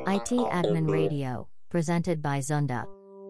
IT Admin Radio, presented by Zunda.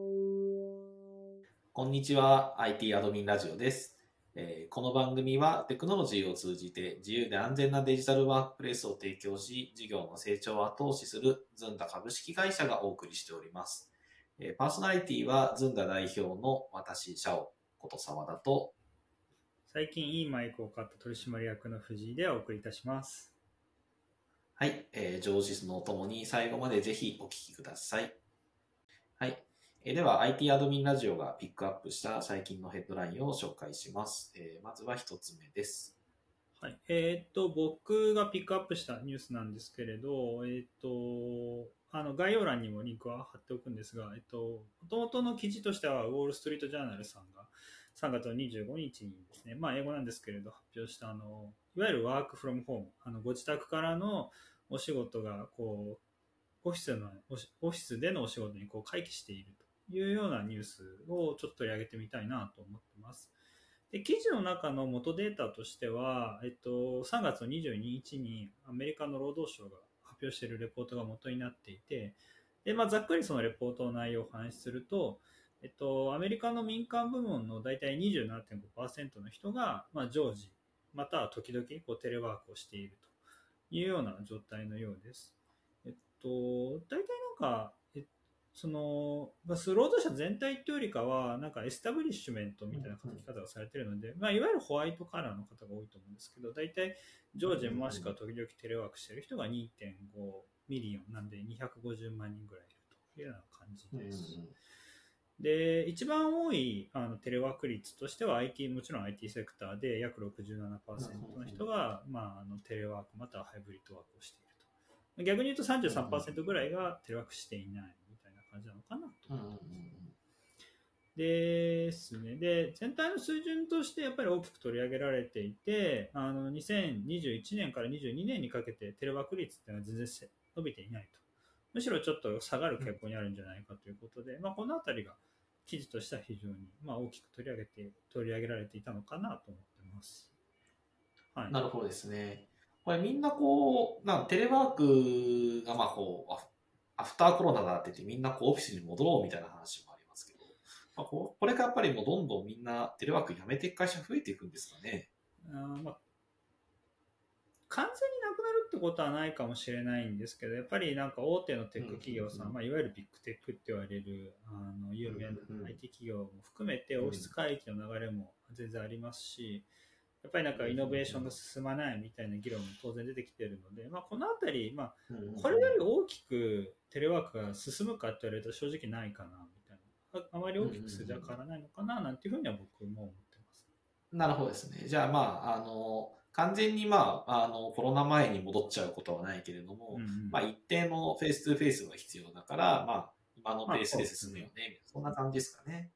こんにちは、IT アドミンラジオです。この番組はテクノロジーを通じて自由で安全なデジタルワークプレイスを提供し、事業の成長を後押しするズンダ株式会社がお送りしております。パーソナリティはズンダ代表の私、シャオこと澤田と、 最近いいマイクを買った取締役の藤井でお送りいたします。 はい、上司のともに最後までぜひお聞きください。はい。では IT アドミンラジオがピックアップした最近のヘッドラインを紹介します。まずは一つ目です。 はい。僕がピックアップしたニュースなんですけれど、概要欄にもリンクは貼っておくんですが、元々の記事としてはウォールストリートジャーナルさんが3月の25日にですね、英語なんですけれど発表したいわゆるワークフロムホーム、ご自宅からのお仕事がオフィスでのお仕事に回帰しているというようなニュースをちょっと取り上げてみたいなと思ってます。で、記事の中の元データとしては、3月の22日にアメリカの労働省が発表しているレポートが元になっていて、で、ざっくりそのレポートの内容を話すると、アメリカの民間部門の大体 27.5% の人が、常時、または時々テレワークをしているというような状態のようです。大体労働者全体というよりかは、エスタブリッシュメントみたいな書き方がされているので、いわゆるホワイトカラーの方が多いと思うんですけど、大体常時もしくは時々テレワークしている人が 2.5 ミリオンなんで250万人ぐらいいるというような感じです。で、一番多いテレワーク率としては もちろん IT セクターで約 67% の人が、テレワークまたはハイブリッドワークをしていると。逆に言うと 33% ぐらいがテレワークしていないみたいな感じなのかなと。ですね。で、全体の水準としてやっぱり大きく取り上げられていて、2021年から22年にかけてテレワーク率っていうのは全然伸びていないと。むしろちょっと下がる傾向にあるんじゃないかということで、このあたりが記事としては非常に大きく取り上げられていたのかなと思ってます。 はい。なるほどですね。これみんなテレワークがアフターコロナが出てみんなオフィスに戻ろうみたいな話もありますけど、これがやっぱりもうどんどんみんなテレワークやめていく会社増えていくんですかね。 完全になくなるってことはないかもしれないんですけど、やっぱり大手のテック企業さん、いわゆるビッグテックって言われる有名な IT 企業も含めてオフィス回帰の流れも全然ありますし、やっぱりイノベーションが進まないみたいな議論も当然出てきているので、このあたり、これより大きくテレワークが進むかって言われると正直ないかなみたいな、あまり大きく数字は変わらないのかななんていうふうには僕も思ってます。 なるほどですね。じゃあ完全にコロナ前に戻っちゃうことはないけれども、一定のフェイス2フェイスが必要だから、今のペースで進むよね、そんな感じですかね。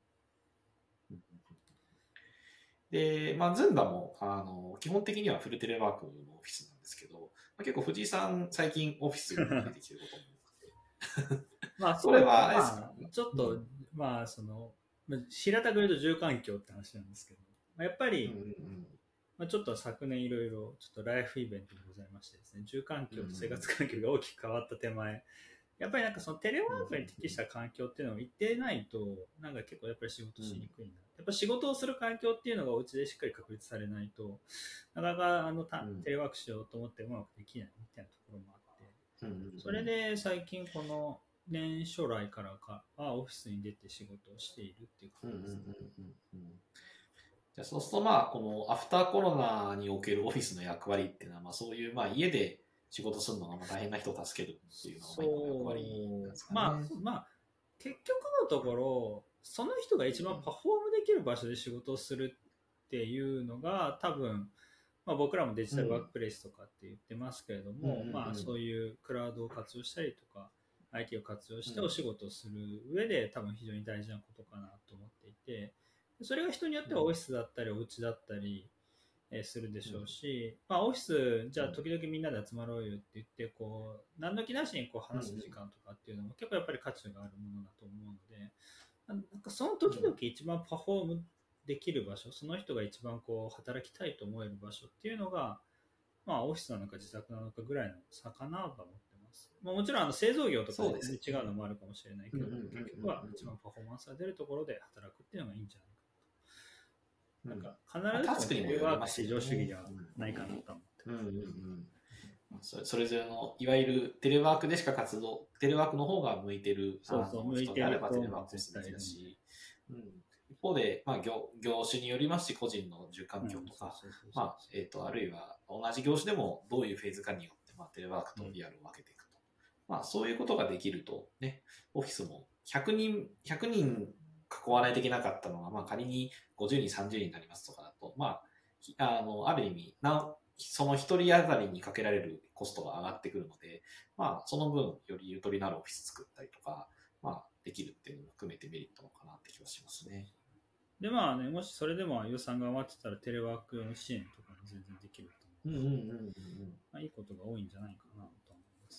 で、ズンダも、基本的にはフルテレワークのオフィスなんですけど、結構藤井さん最近オフィスに出てきてることも多くて。 それはあれですか、ちょっと、平たく言うと住環境って話なんですけど、やっぱり、ちょっと昨年いろいろちょっとライフイベントがございましてですね、住環境と生活環境が大きく変わった手前、やっぱりそのテレワークに適した環境っていうのを一定ないと、結構やっぱり仕事しにくいな。やっぱ仕事をする環境っていうのがお家でしっかり確立されないと、なかなかテレワークしようと思ってうまくできないみたいなところもあって、それで最近この年初来からはオフィスに出て仕事をしているっていうことですね。 じゃあそうするとこのアフターコロナにおけるオフィスの役割っていうのはそういう家で仕事するのが大変な人を助けるっていうのが役割なんですかね。 結局のところその人が一番パフォームできる場所で仕事をするっていうのが多分、僕らもデジタルワークプレイスとかって言ってますけれども、そういうクラウドを活用したりとか IT を活用してお仕事をする上で多分非常に大事なことかなと思っていて、それが人によってはオフィスだったりお家だったりするでしょうし、オフィスじゃあ時々みんなで集まろうよって言って何の気なしに話す時間とかっていうのも結構やっぱり価値があるものだと思うので、その時々一番パフォームできる場所、その人が一番働きたいと思える場所っていうのが、オフィスなのか自宅なのかぐらいの差かなと思ってます。 。まあ、もちろん製造業とかそうです違うのもあるかもしれないけど、 うんうんうんうん結局は一番パフォーマンスが出るところで働くっていうのがいいんじゃないかな。なんか必ずしもテレワーク至上主義ではないかなと思ってます。 それぞれのいわゆるテレワークでしかテレワークの方が向いてる人であればテレワークをするだし、一方で、まあ、業種によりますし、個人の住環境とか、あるいは同じ業種でもどういうフェーズかによって、まあ、テレワークとリアルを分けていくと。まあ、そういうことができると、ね、オフィスも100人囲わないといけなかったのが、まあ、仮に50人、30人になりますとかだと、まあ、ある意味、その一人当たりにかけられるコストが上がってくるので、まあ、その分、よりゆとりのあるオフィス作ったりとか、まあ、できるっていうのも含めてメリットなのかなって気はしますね。 で、まあね、もしそれでも予算が余ってたらテレワーク用の支援とかも全然できると思う。いいことが多いんじゃないかなと思います。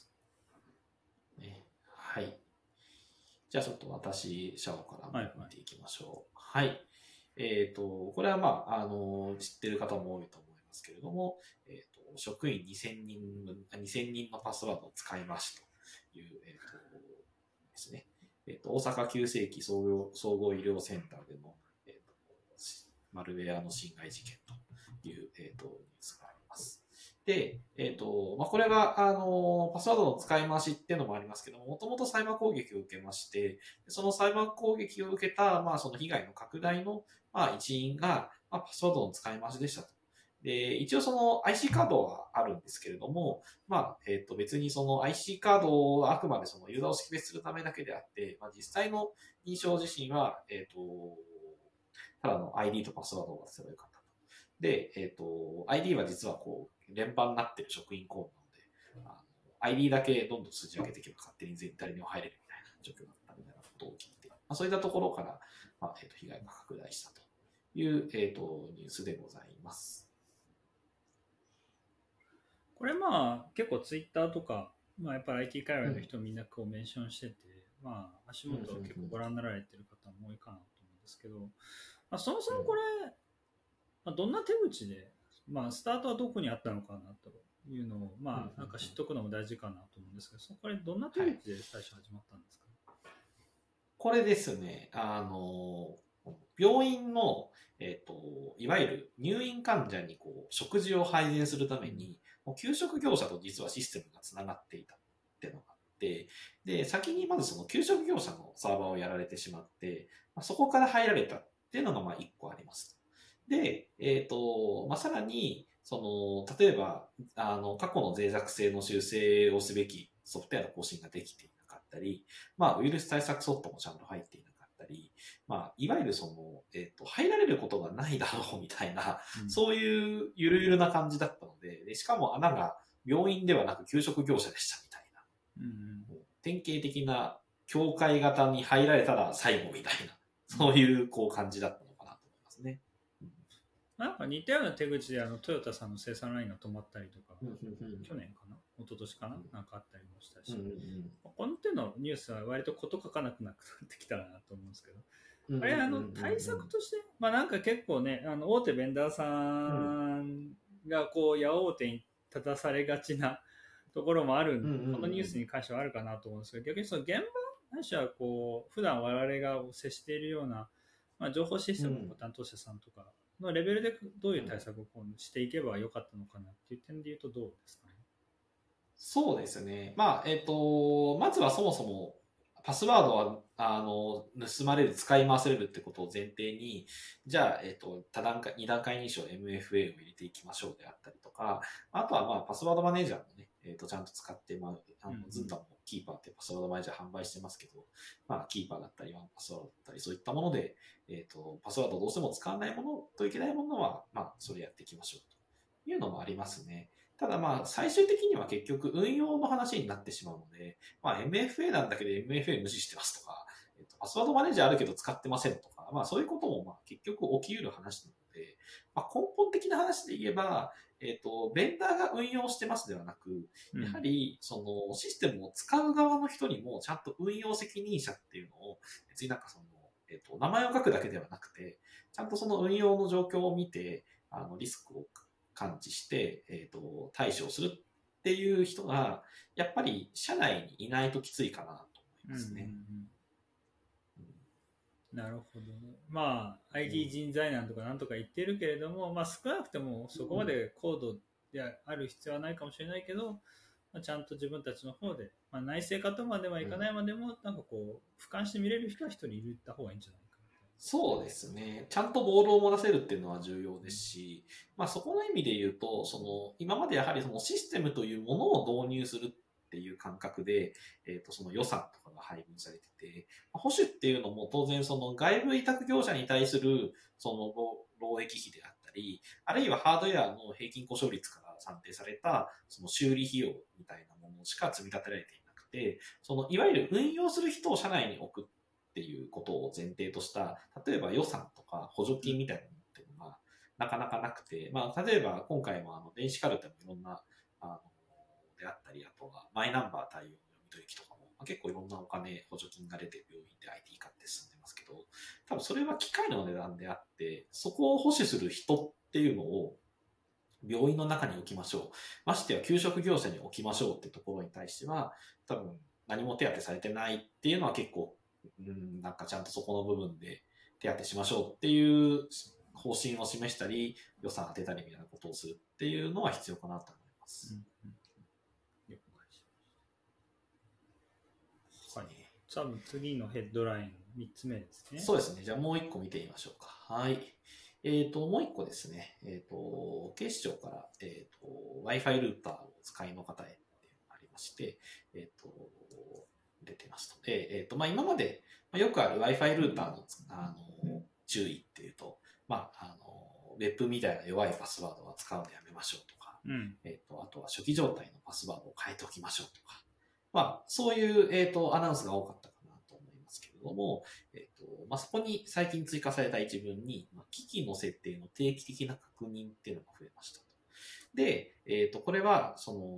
はい。じゃあちょっと私、シャオから見ていきましょう。はい。これはまあ、知ってる方も多いと思いますけれども、職員2000人のパスワードを使いますという、ですね。大阪急性期総合医療センターでの、マルウェアの侵害事件という、ニュースがあります。で、まあ、これが、パスワードの使い回しっていうのもありますけども、もともとサイバー攻撃を受けまして、そのサイバー攻撃を受けた、まあ、その被害の拡大の、まあ、一因が、まあ、パスワードの使い回しでしたと。で、一応その IC カードはあるんですけれども、まあ、別にその IC カードはあくまでそのユーザーを識別するためだけであって、まあ、実際の認証自身は、ただの ID とパスワードを渡せばよかったと。で、ID は実はこう、連番になってる職員コードなので、ID だけどんどん数字上げていけば勝手に誰にも入れるみたいな状況だったみたいなことを聞いて、まあ、そういったところから、まあ被害が拡大したという、ニュースでございます。 これまあ結構ツイッターとか、まあ、やっぱり IT 界隈の人みんなこうメンションしてて、まあ足元を結構ご覧になられてる方も多いかなと思うんですけど、まあ、そもそもこれ、まあ、どんな手口で、まあ、スタートはどこにあったのかなというのを、まあ、なんか知っとくのも大事かなと思うんですけど、そこからどんな手口で最初始まったんですか？ これですね、病院の、いわゆる入院患者にこう食事を配膳するために、給食業者と実はシステムがつながっていたっていうのがあって、で、先にまずその給食業者のサーバーをやられてしまって、まあ、そこから入られたっていうのがまあ一個あります。で、まあ、さらに、その、例えば、過去の脆弱性の修正をすべきソフトウェアの更新ができていなかったり、まあ、ウイルス対策ソフトもちゃんと入っていなかったり、まあ、いわゆるその、入られることがないだろうみたいな、そういうゆるゆるな感じだったので、しかも穴が病院ではなく給食業者でしたみたいな。典型的な境界型に入られたら最後みたいな、そういうこう感じだったのかなと思いますね。 なんか似たような手口でトヨタさんの生産ラインが止まったりとか、去年かな一昨年かななんかあったりもしたし、この手のニュースは割とこと書かなくなってきたなと思うんですけど、あれ対策として、まあなんか結構ね、大手ベンダーさんがこう矢面に立たされがちなところもある、このニュースに関してはあるかなと思うんですけど、逆にその現場ないしはこう普段我々が接しているような、まあ、情報システムの担当者さんとかのレベルでどういう対策をこうしていけばよかったのかなっていう点で言うとどうですかね。 そうですね。まあ、まずはそもそもパスワードは、盗まれる、使い回せれるってことを前提に、じゃあ、二段階認証 MFA を入れていきましょうであったりとか、あとはまあ、パスワードマネージャーもね、ちゃんと使って、まあ、ズンダもキーパーってパスワードマネージャー販売してますけど、まあ、キーパーだったり、ワンパスワードだったり、そういったもので、パスワードをどうしても使わないものといけないものは、まあ、それやっていきましょうというのもありますね。ただまあ、最終的には結局運用の話になってしまうので、まあ MFA なんだけど MFA 無視してますとか、パスワードマネージャーあるけど使ってませんとか、まあそういうこともまあ結局起きうる話なので、まあ根本的な話で言えば、ベンダーが運用してますではなく、やはりそのシステムを使う側の人にもちゃんと運用責任者っていうのを、別になんかその、名前を書くだけではなくて、ちゃんとその運用の状況を見て、リスクを感知して、対処するっっていう人が、やっぱり社内にいないときついかなと思いますね。 なるほどね。まあ、IT 人材なんとかなんとか言ってるけれども、まあ少なくてもそこまで高度である必要はないかもしれないけど、まあ、ちゃんと自分たちの方で、まあ、内製化とまではいかないまでも、なんかこう、俯瞰して見れる人は一人いた方がいいんじゃないかな。 そうですね。ちゃんとボールを持たせるっていうのは重要ですし、まあそこの意味で言うと、今までやはりそのシステムというものを導入するっていう感覚で、その予算とかが配分されてて、保守っていうのも当然その外部委託業者に対するその労役費であったり、あるいはハードウェアの平均故障率から算定されたその修理費用みたいなものしか積み立てられていなくて、いわゆる運用する人を社内に置くっていうことを前提とした、例えば予算とか補助金みたいなものっていうのがなかなかなくて、まあ、例えば今回も電子カルテもいろんな、であったり、あとはマイナンバー対応の読み取り機とかも、まあ、結構いろんなお金、補助金が出て病院で IT 化って進んでますけど、多分それは機械の値段であって、そこを保守する人っていうのを病院の中に置きましょう。ましてや給食業者に置きましょうってところに対しては、多分何も手当てされてないっていうのは結構、なんかちゃんとそこの部分で手当てしましょうっていう方針を示したり、予算当てたりみたいなことをするっていうのは必要かなと思います。 はい。多分次のヘッドライン3つ目ですね。 そうですね。じゃあもう1個見てみましょうか。はい。もう1個ですね。警視庁から、Wi-Fi ルーターを使いの方へっていうのがありまして、出てますので、まあ、今まで、よくある Wi-Fi ルーターの、注意っていうと、まあ、ウェブみたいな弱いパスワードは使うのやめましょうとか、あとは初期状態のパスワードを変えておきましょうとか、まあ、そういう、アナウンスが多かったかなと思いますけれども、まあ、そこに最近追加された一文に、機器の設定の定期的な確認っていうのが増えましたと。で、これは、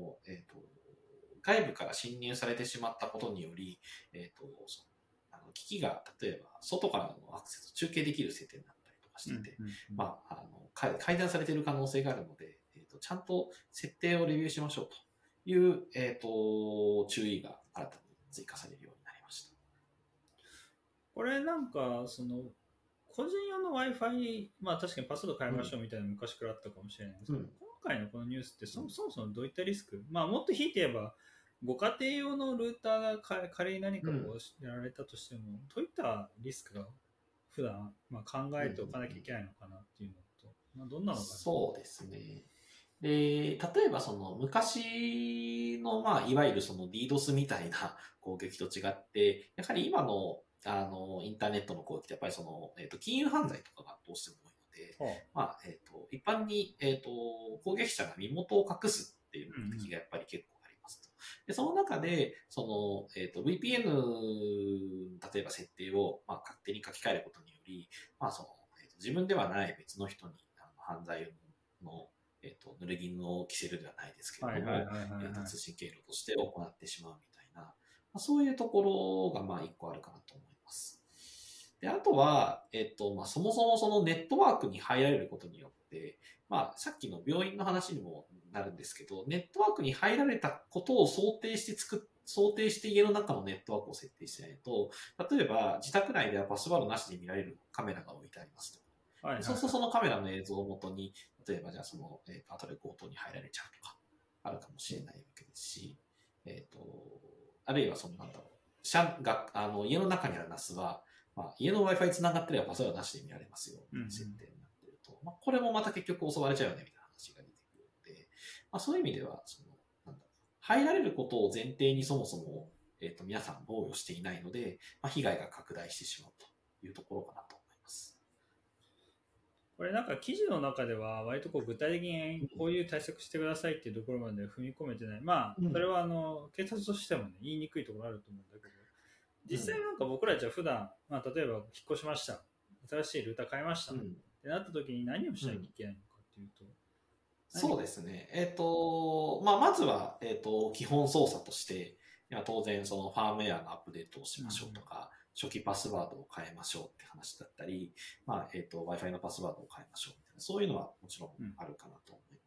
外部から侵入されてしまったことにより、機器が例えば外からのアクセスを中継できる設定になったりとかしてて、まあ、改ざんされている可能性があるので、ちゃんと設定をレビューしましょうという、注意が新たに追加されるようになりました。 これなんか、個人用の Wi-Fi、まあ確かにパスワード変えましょうみたいな昔からあったかもしれないですけど、今回のこのニュースってそもそもどういったリスク、まあもっと引いて言えば、ご家庭用のルーターが仮に何かこうやられたとしても、どういったリスクが普段、まあ、考えておかなきゃいけないのかなっていうのと、まあ、どんなのかな。 そうですね。で、例えば昔の、まあ、いわゆるDDoS みたいな攻撃と違って、やはり今の、インターネットの攻撃ってやっぱり金融犯罪とかがどうしても多いので、まあ、一般に、攻撃者が身元を隠すっていう目的がやっぱり結構ありますと。で、その中で、VPN、例えば設定を、まあ、勝手に書き換えることにより、まあ、自分ではない別の人に犯罪の濡れ衣を着せるではないですけれども、通信経路として行ってしまうみたいな、まあ、そういうところがまあ一個あるかなと思います。で、あとは、まあ、そもそもそのネットワークに入られることによって、まあ、さっきの病院の話にもなるんですけど、ネットワークに入られたことを想定して家の中のネットワークを設定してないと、例えば自宅内ではパスワードなしで見られるカメラが置いてありますと。そうするとそのカメラの映像をもとに、例えばじゃあ後で強盗に入られちゃうとか、あるかもしれないわけですし、あるいは家の中にある NAS は、まあ、家の Wi-Fi 繋がってればパスワードなしで見られますよ、設定になってると。まあ、これもまた結局襲われちゃうよね、みたいな話が出てくるので、まあ、そういう意味では、入られることを前提にそもそも、皆さん防御していないので、まあ、被害が拡大してしまうというところかなと思います。 これなんか記事の中では割とこう具体的にこういう対策してくださいっていうところまで踏み込めてない。まあ、それは警察としてもね、言いにくいところあると思うんだけど、実際なんか僕らじゃ普段、まあ、例えば引っ越しました。新しいルーター買いました。ってなった時に何をしなきゃいけないのかっていうと。 そうですね。まあ、まずは、基本操作として、当然そのファームウェアのアップデートをしましょうとか、初期パスワードを変えましょうって話だったり、まあ、Wi-Fi のパスワードを変えましょうみたいな、そういうのはもちろんあるかなと思います。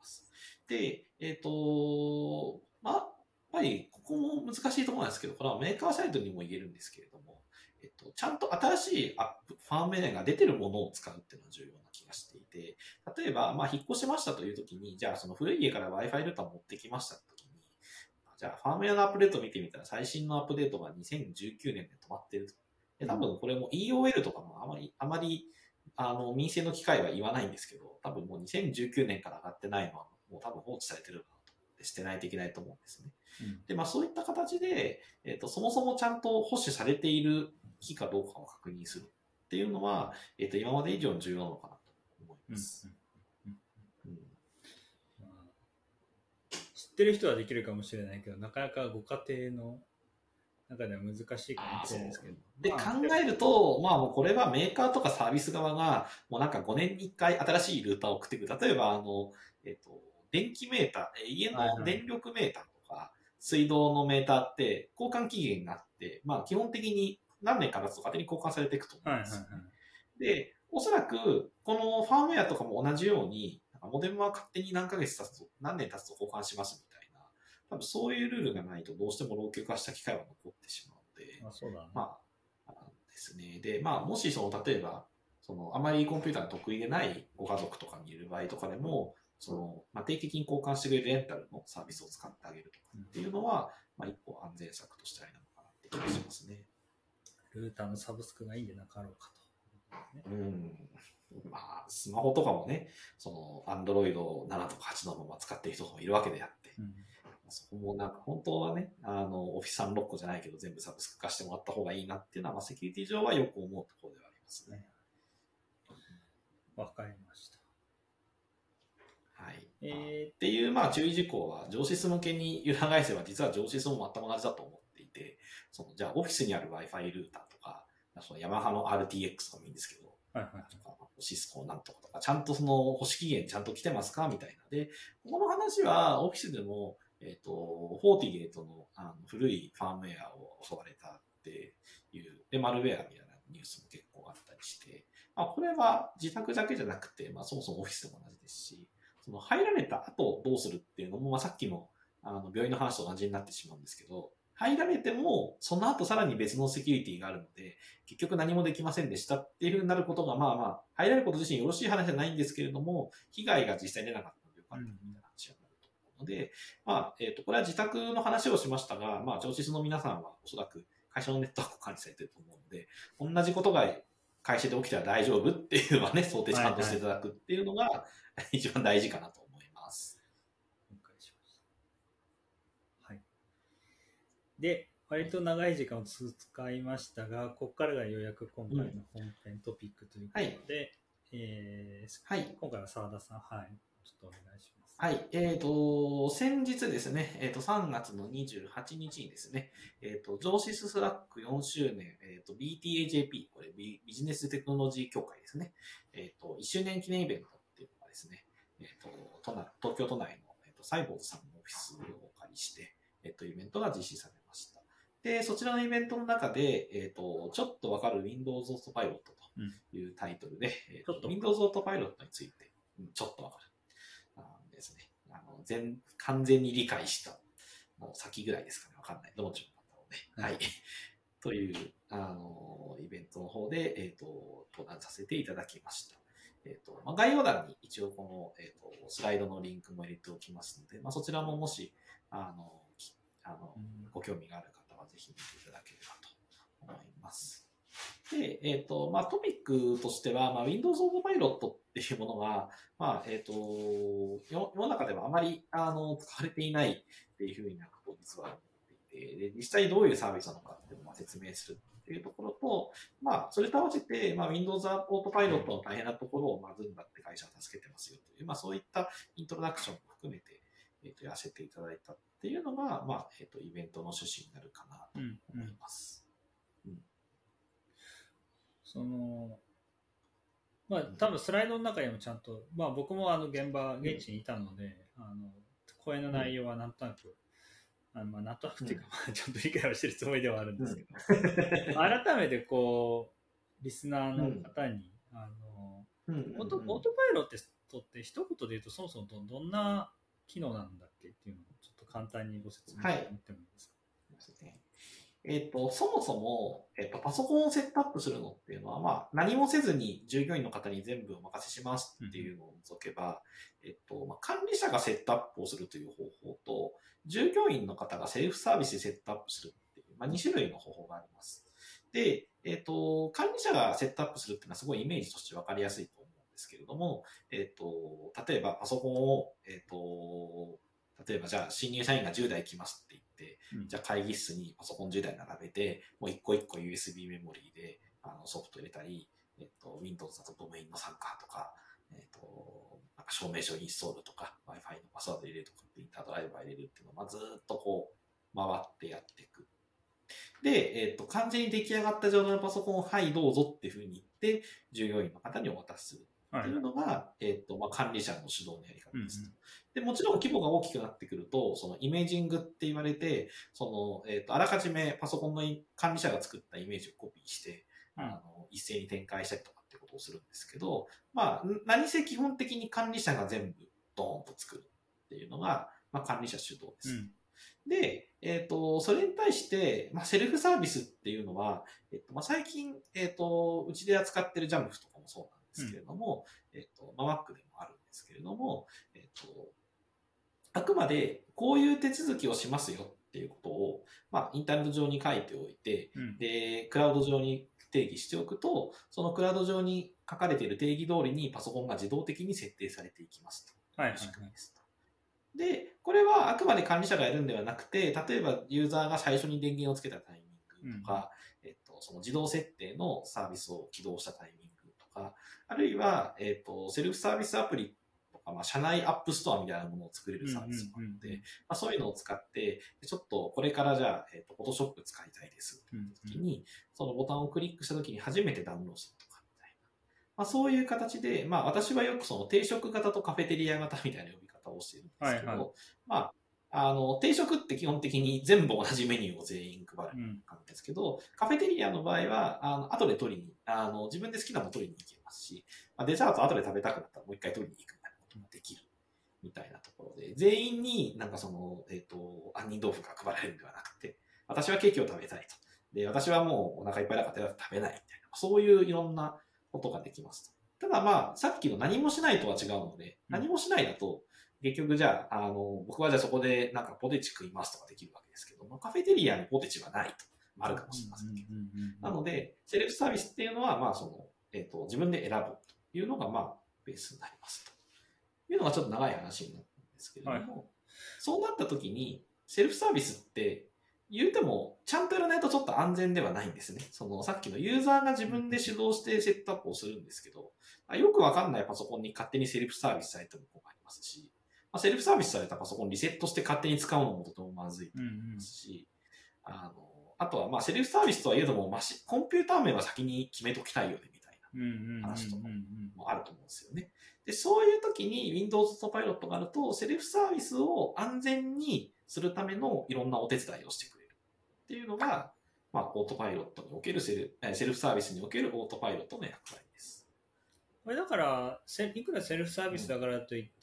ます。で、やっぱりここも難しいところなんですけど、これはメーカーサイトにも言えるんですけれども、ちゃんと新しいファームウェアが出てるものを使うっていうのが重要な気がしていて、例えば、引っ越しましたというときに、じゃあその古い家から Wi-Fi ルーターを持ってきましたときに、じゃあファームウェアのアップデートを見てみたら、最新のアップデートが2019年で止まってると。で多分これも EOL とかもあまり民生の機械は言わないんですけど、多分もう2019年から上がってないのは、もう多分放置されてるなと思って捨てないといけないと思うんですね。で、そういった形で、そもそもちゃんと保守されている機かどうかを確認するっていうのは、今まで以上に重要なのかなと思います。 知ってる人はできるかもしれないけど、なかなかご家庭の中では難しいかもしれないですけど。 で、考えると、もうこれはメーカーとかサービス側が、もうなんか5年に1回新しいルーターを送ってくる。例えば、電気メーター、家の電力メーターとか、水道のメーターって交換期限があって、基本的に何年か経つと勝手に交換されていくと思うんですよね。で、おそらく、このファームウェアとかも同じように、モデムは勝手に何ヶ月経つと、何年経つと交換しますみたいな、多分そういうルールがないとどうしても老朽化した機械は残ってしまうので、 そうだね。 ですね。で、もし例えば、あまりコンピューターが得意でないご家族とかにいる場合とかでも、定期的に交換してくれるレンタルのサービスを使ってあげるとかっていうのは、一個安全策としてありなのかなって気がしますね。 ルーターのサブスクがいいんでなかろうかと。 スマホとかもね、Android 7とか8のまま使ってる人もいるわけであって、そこもなんか本当はね、オフィス360個じゃないけど全部サブスク化してもらった方がいいなっていうのは、セキュリティ上はよく思うところではありますね。 わかりました。 はい。っていう注意事項は、上司向けに裏返せば実は上司も全く同じだと思っていて、じゃあオフィスにある Wi-Fi ルーターとか、ヤマハの RTX とかもいいんですけど、シスコなんとかとか、ちゃんと保守期限ちゃんと来てますかみたいな。で、この話はオフィスでも、フォーティゲートの古いファームウェアを襲われたっていう、で、マルウェアみたいなニュースも結構あったりして、これは自宅だけじゃなくて、そもそもオフィスでも同じですし、入られた後どうするっていうのも、さっきの病院の話と同じになってしまうんですけど、入られても、その後さらに別のセキュリティがあるので、結局何もできませんでしたっていう風になることが、入られること自身よろしい話じゃないんですけれども、被害が実際に出なかったのでよかったみたいな話になると思うので、これは自宅の話をしましたが、上司の皆さんはおそらく会社のネットワークを管理されていると思うので、同じことが会社で起きたら大丈夫っていうのはね、想定ちゃんとしていただくっていうのが一番大事かなと思います。 で、割と長い時間を使いましたが、ここからがようやく今回の本編トピックということで、今回は澤田さん、ちょっとお願いします。 はい。先日ですね、3月の28日にですね、上司スラック4周年、BTAJP、これビジネステクノロジー協会ですね、1周年記念イベントっていうのがですね、東京都内の、サイボーズさんのオフィスをお借りして、イベントが実施されました。で、そちらのイベントの中で、ちょっとわかる Windows Autopilot というタイトルで、Windows Autopilot について、ちょっとわかる。ですね。完全に理解したの先ぐらいですかね。わかんない。どの順番だろうね。はい。という、イベントの方で、登壇させていただきました。概要欄に一応この、スライドのリンクも入れておきますので、そちらももし、ご興味がある方はぜひ見ていただければと思います。で、トピックとしては、Windows Autopilot っていうものが、世の中ではあまり、使われていないっていうふうなことを実は思っていて、で、実際どういうサービスなのかっていうのを説明するっていうところと、それと合わせて、Windows Autopilot の大変なところを、Zoom って会社を助けてますよという、そういったイントロダクションも含めて、やらせていただいたっていうのが、イベントの趣旨になるかなと思います。 多分スライドの中にもちゃんと、僕も現地にいたので、講演の内容はなんとなく、なんとなくっていうか、ちゃんと理解はしてるつもりではあるんですけど、改めてリスナーの方に、オートパイロってトって一言で言うとそもそもどんな機能なんだっけっていうのをちょっと簡単にご説明してみてもいいですか？ ですね。そもそも、パソコンをセットアップするのっていうのは、まあ、何もせずに従業員の方に全部お任せしますっていうのを除けば、まあ、管理者がセットアップをするという方法と、従業員の方がセルフサービスでセットアップするっていう、まあ、2種類の方法があります。で、管理者がセットアップするっていうのはすごいイメージとして分かりやすいと思うんですけれども、例えばパソコンを、例えばじゃあ新入社員が10台来ますって言って、じゃあ会議室にパソコン10台並べて、もう一個一個 USB メモリーでソフト入れたり、Windows だとドメインの参加とか、なんか証明書インストールとか、Wi-Fi のパスワード入れるとか、プリンタードライバー入れるっていうのを、まあ、ずっとこう回ってやっていく。で、完全に出来上がった状態のパソコンを、はい、どうぞっていうふうに言って、従業員の方にお渡しするっていうのが、まあ、管理者の主導のやり方ですと。で、もちろん規模が大きくなってくると、そのイメージングって言われて、その、あらかじめパソコンの管理者が作ったイメージをコピーして、一斉に展開したりとかってことをするんですけど、まあ、何せ基本的に管理者が全部ドーンと作るっていうのが、まあ、管理者主導です。で、それに対して、まあ、セルフサービスっていうのは、まあ、最近、うちで扱ってるジャンプとかもそうなんですけれども、まあ、Mac でもあるんですけれども、あくまでこういう手続きをしますよっていうことを、まあ、インターネット上に書いておいて、で、クラウド上に定義しておくと、そのクラウド上に書かれている定義通りにパソコンが自動的に設定されていきますという仕組みですと。で、これはあくまで管理者がやるんではなくて、例えばユーザーが最初に電源をつけたタイミングとか、その自動設定のサービスを起動したタイミングとか、あるいは、セルフサービスアプリとか、まあ、社内アップストアみたいなものを作れるサービスもあるので、まあ、そういうのを使って、ちょっとこれからじゃあ、Photoshop 使いたいですっていう時に、そのボタンをクリックした時に初めてダウンロードするとかみたいな。まあ、そういう形で、まあ、私はよくその定食型とカフェテリア型みたいな呼び方をしているんですけど、まあ、定食って基本的に全部同じメニューを全員配る感じですけど、カフェテリアの場合は、後で取りに、自分で好きなのを取りに行けますし、まあ、デザート後で食べたくなったらもう一回取りに行くみたいなこともできるみたいなところで、全員になんかその、杏仁豆腐が配られるんではなくて、私はケーキを食べたいと。で、私はもうお腹いっぱいだから食べないみたいな、そういういろんなことができますと。ただまあ、さっきの何もしないとは違うので、何もしないだと、結局じゃあ、僕はじゃあそこでなんかポテチ食いますとかできるわけですけども、カフェテリアにポテチはないと、あるかもしれませんけど。なので、セルフサービスっていうのは、まあその、自分で選ぶというのが、まあ、ベースになりますと。いうのがちょっと長い話になるんですけれども、そうなった時に、セルフサービスって、言うても、ちゃんとやらないとちょっと安全ではないんですね。その、さっきのユーザーが自分で主導してセットアップをするんですけど、よくわかんないパソコンに勝手にセルフサービスされたものがありますし、セルフサービスされたパソコンリセットして勝手に使うのもとてもまずいと思いますし、あとはまあセルフサービスとはいえども、コンピューター名は先に決めときたいよねみたいな話とかもあると思うんですよね。で、そういう時に Windows と Pilot があると、セルフサービスを安全にするためのいろんなお手伝いをしてくれるっていうのが、まあ、オートパイロットにおけるセルフサービスにおけるオートパイロットの役割です。 これだから、いくらセルフサービスだからといって、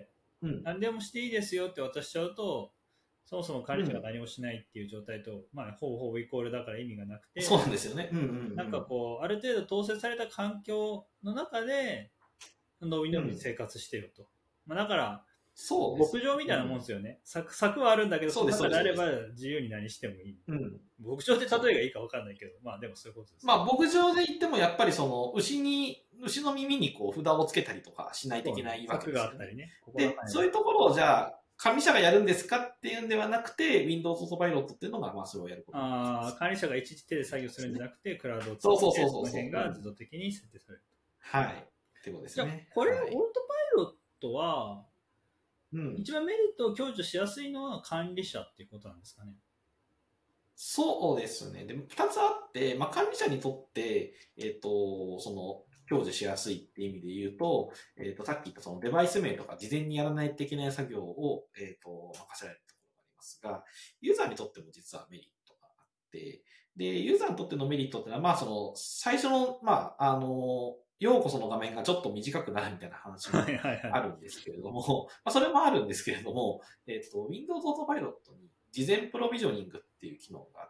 何でもしていいですよって渡しちゃうと、そもそも管理者が何もしないっていう状態と、まあ、ほぼほぼイコールだから意味がなくて、 そうなんですよね。 なんかこう、ある程度統制された環境の中で、伸び伸び生活してよと。まあ、だから、牧場みたいなもんですよね。柵はあるんだけど、その中であれば自由に何してもいい。牧場って例えがいいか分かんないけど、まあでもそういうことです、 まあ牧場で言ってもやっぱりその牛の耳にこう札をつけたりとかしないといけないわけですよね。 柵があったりね。 で、そういうところをじゃあ、管理者がやるんですかっていうんではなくて、Windows オートパイロットっていうのがまあそれをやることになります。 管理者が一時手で作業するんじゃなくて、クラウドを使って、その辺が自動的に設定される。 はい。ってことですね。 じゃあ、これ、オートパイロットは、一番メリットを享受しやすいのは管理者っていうことなんですかね。 そうですね。で、2つあって、まあ、管理者にとって、その、享受しやすいっていう意味で言うと、さっき言ったそのデバイス名とか事前にやらないといけない作業を、任せられるところがありますが、ユーザーにとっても実はメリットがあって、で、ユーザーにとってのメリットってのは、まあ、その、最初の、まあ、 ようこその画面がちょっと短くなるみたいな話もはいはいはい。 あるんですけれども、まあ、それもあるんですけれども、Windows Autopilot に事前プロビジョニングっていう機能があって、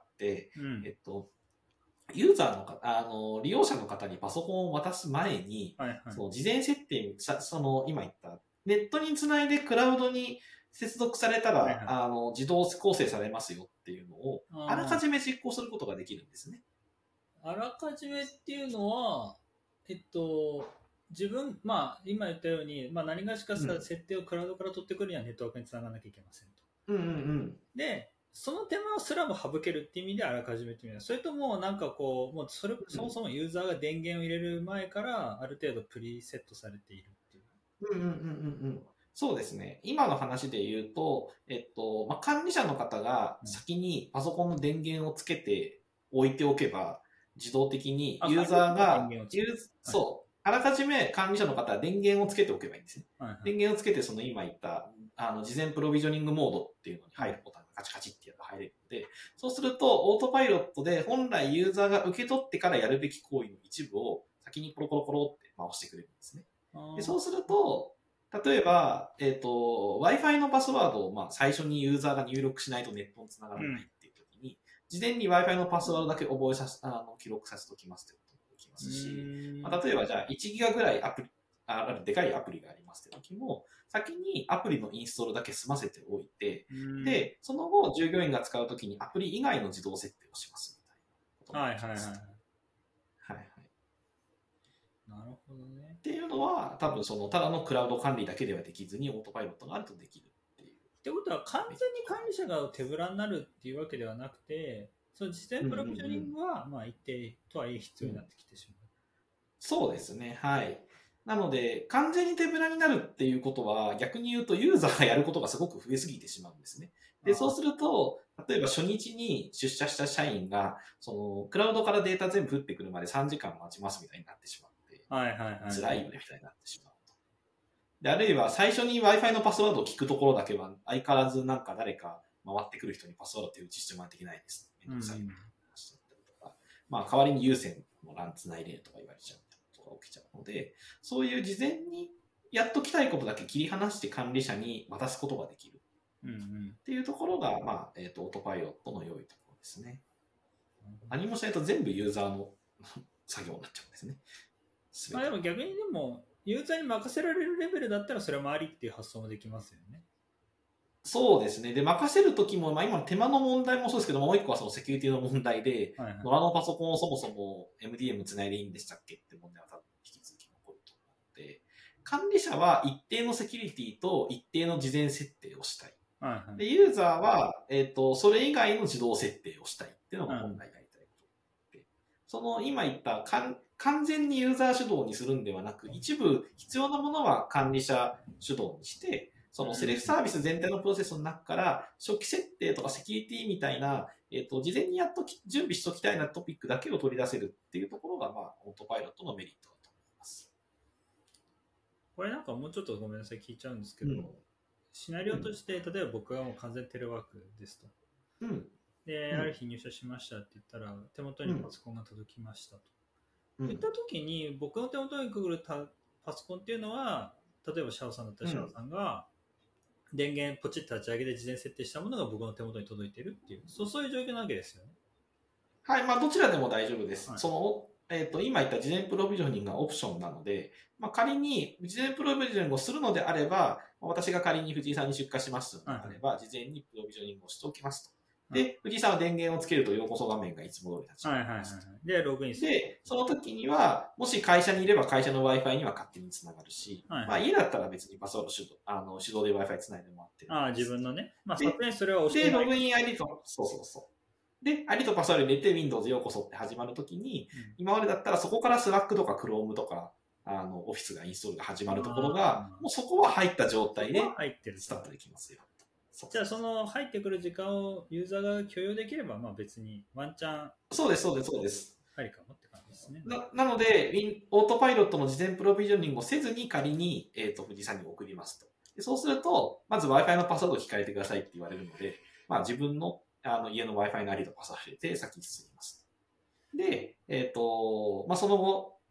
うんユーザーの方、利用者の方にパソコンを渡す前に、 はいはい。 その事前設定に、今言った、ネットにつないでクラウドに接続されたら、 はいはい自動構成されますよっていうのを、 あーあらかじめ実行することができるんですね。 あらかじめっていうのは、自分、まあ、今言ったように、まあ、何がしかさ、 うん設定をクラウドから取ってくるにはネットワークにつながなきゃいけませんと。 うんうんうん。 で、その手間すらも省けるっていう意味であらかじめっていうのは、それともなんかこう、もうそもそもユーザーが電源を入れる前からある程度プリセットされているっていう。 うんうんうんうんうん。そうですね。今の話で言うと、まあ、管理者の方が先にパソコンの電源をつけて置いておけば、自動的にユーザーが、そう、あらかじめ管理者の方は電源をつけておけばいいんですね。 はいはい、 電源をつけて、その今言った、事前プロビジョニングモードっていうのに入るボタンがカチカチってやると入れるので、そうすると、オートパイロットで本来ユーザーが受け取ってからやるべき行為の一部を先にコロコロコロって回してくれるんですね。でそうすると、例えば、Wi-Fi のパスワードを、まあ、最初にユーザーが入力しないとネットにつながらないっていう時に、事前に Wi-Fi のパスワードだけ記録させておきますということもできますし、まあ、例えばじゃあ1ギガぐらいでかいアプリがありますって時も、先にアプリのインストールだけ済ませておいて、で、その後、従業員が使うときにアプリ以外の自動設定をしますみたいなこともできます。はいはい。 なるほどね。 っていうのは、多分ただのクラウド管理だけではできずに、オートパイロットがあるとできるっていう。 ってことは、完全に管理者が手ぶらになるっていうわけではなくて、その事前プロビジョニングは、まあ、一定とはいえ必要になってきてしまう。 そうですね。はい。なので、完全に手ぶらになるっていうことは、逆に言うとユーザーがやることがすごく増えすぎてしまうんですね。で、そうすると、例えば初日に出社した社員が、クラウドからデータ全部降ってくるまで3時間待ちますみたいになってしまって、辛いよねみたいになってしまうと。で、あるいは最初に Wi-Fi のパスワードを聞くところだけは、相変わらずなんか誰か回ってくる人にパスワード手打ちしてもらっていけないです。めんどくさい話だったりとか、まあ代わりに有線の LAN つないでとか言われちゃうとか起きちゃうので、そういう事前にやっときたいことだけ切り離して管理者に渡すことができる。っていうところが、まあ、オートパイロットの良いところですね。何もしないと全部ユーザーの作業になっちゃうんですね。 まあでも逆にユーザーに任せられるレベルだったらそれもありっていう発想もできますよね。 そうですね。で、任せるときも、まあ今の手間の問題もそうですけども、もう一個はそのセキュリティの問題で、野良のパソコンをそもそも MDM つないでいいんでしたっけって問題は多分引き続き残ると思うので、管理者は一定のセキュリティと一定の事前設定をしたい。で、ユーザーは、それ以外の自動設定をしたいっていうのが本来やりたいことで、今言った完全にユーザー主導にするんではなく、一部必要なものは管理者主導にして、そのセルフサービス全体のプロセスの中から、初期設定とかセキュリティみたいな、事前に準備しておきたいなトピックだけを取り出せるっていうところが、まあ、オートパイロットのメリットだと思います。 これなんかもうちょっとごめんなさい、聞いちゃうんですけど、シナリオとして、例えば僕がもう完全テレワークですと。で、ある日入社しましたって言ったら、手元にパソコンが届きましたと。いった時に、僕の手元に来るパソコンっていうのは、例えばシャオさんだったらシャオさんが、電源ポチッと立ち上げで事前設定したものが僕の手元に届いてるっていう、そういう状況なわけですよね。 はい、まあどちらでも大丈夫です。今言った事前プロビジョニングがオプションなので、まあ、仮に事前プロビジョニングをするのであれば、私が仮に藤井さんに出荷しますのであれば、事前にプロビジョニングをしておきますと。で、藤井さんは電源をつけるとようこそ画面がいつも通り立ちます。 で、ログインする。 で、その時には、もし会社にいれば会社の Wi-Fi には勝手につながるし、まあ家だったら別にパスワード手動で Wi-Fi つないでもらってる。 自分のね。まあ、さすがにそれは押してない。で、ログイン ID と、で、ID とパスワード入れて Windows ようこそって始まるときに、今までだったらそこから Slack とか Chrome とか、Office がインストールが始まるところが、もうそこは入った状態でスタートできますよ。 じゃあその入ってくる時間をユーザーが許容できれば、まあ別にワンチャン。 そうです。 ありかもって感じですね。 なので、オートパイロットの事前プロビジョニングをせずに仮に、藤井さんに送りますと。でそうすると、まず Wi-Fi のパスワードを聞かれてくださいって言われるので、まあ自分の家の Wi-Fi の ID とパスワードを入れて先に進みます。で、まあその後、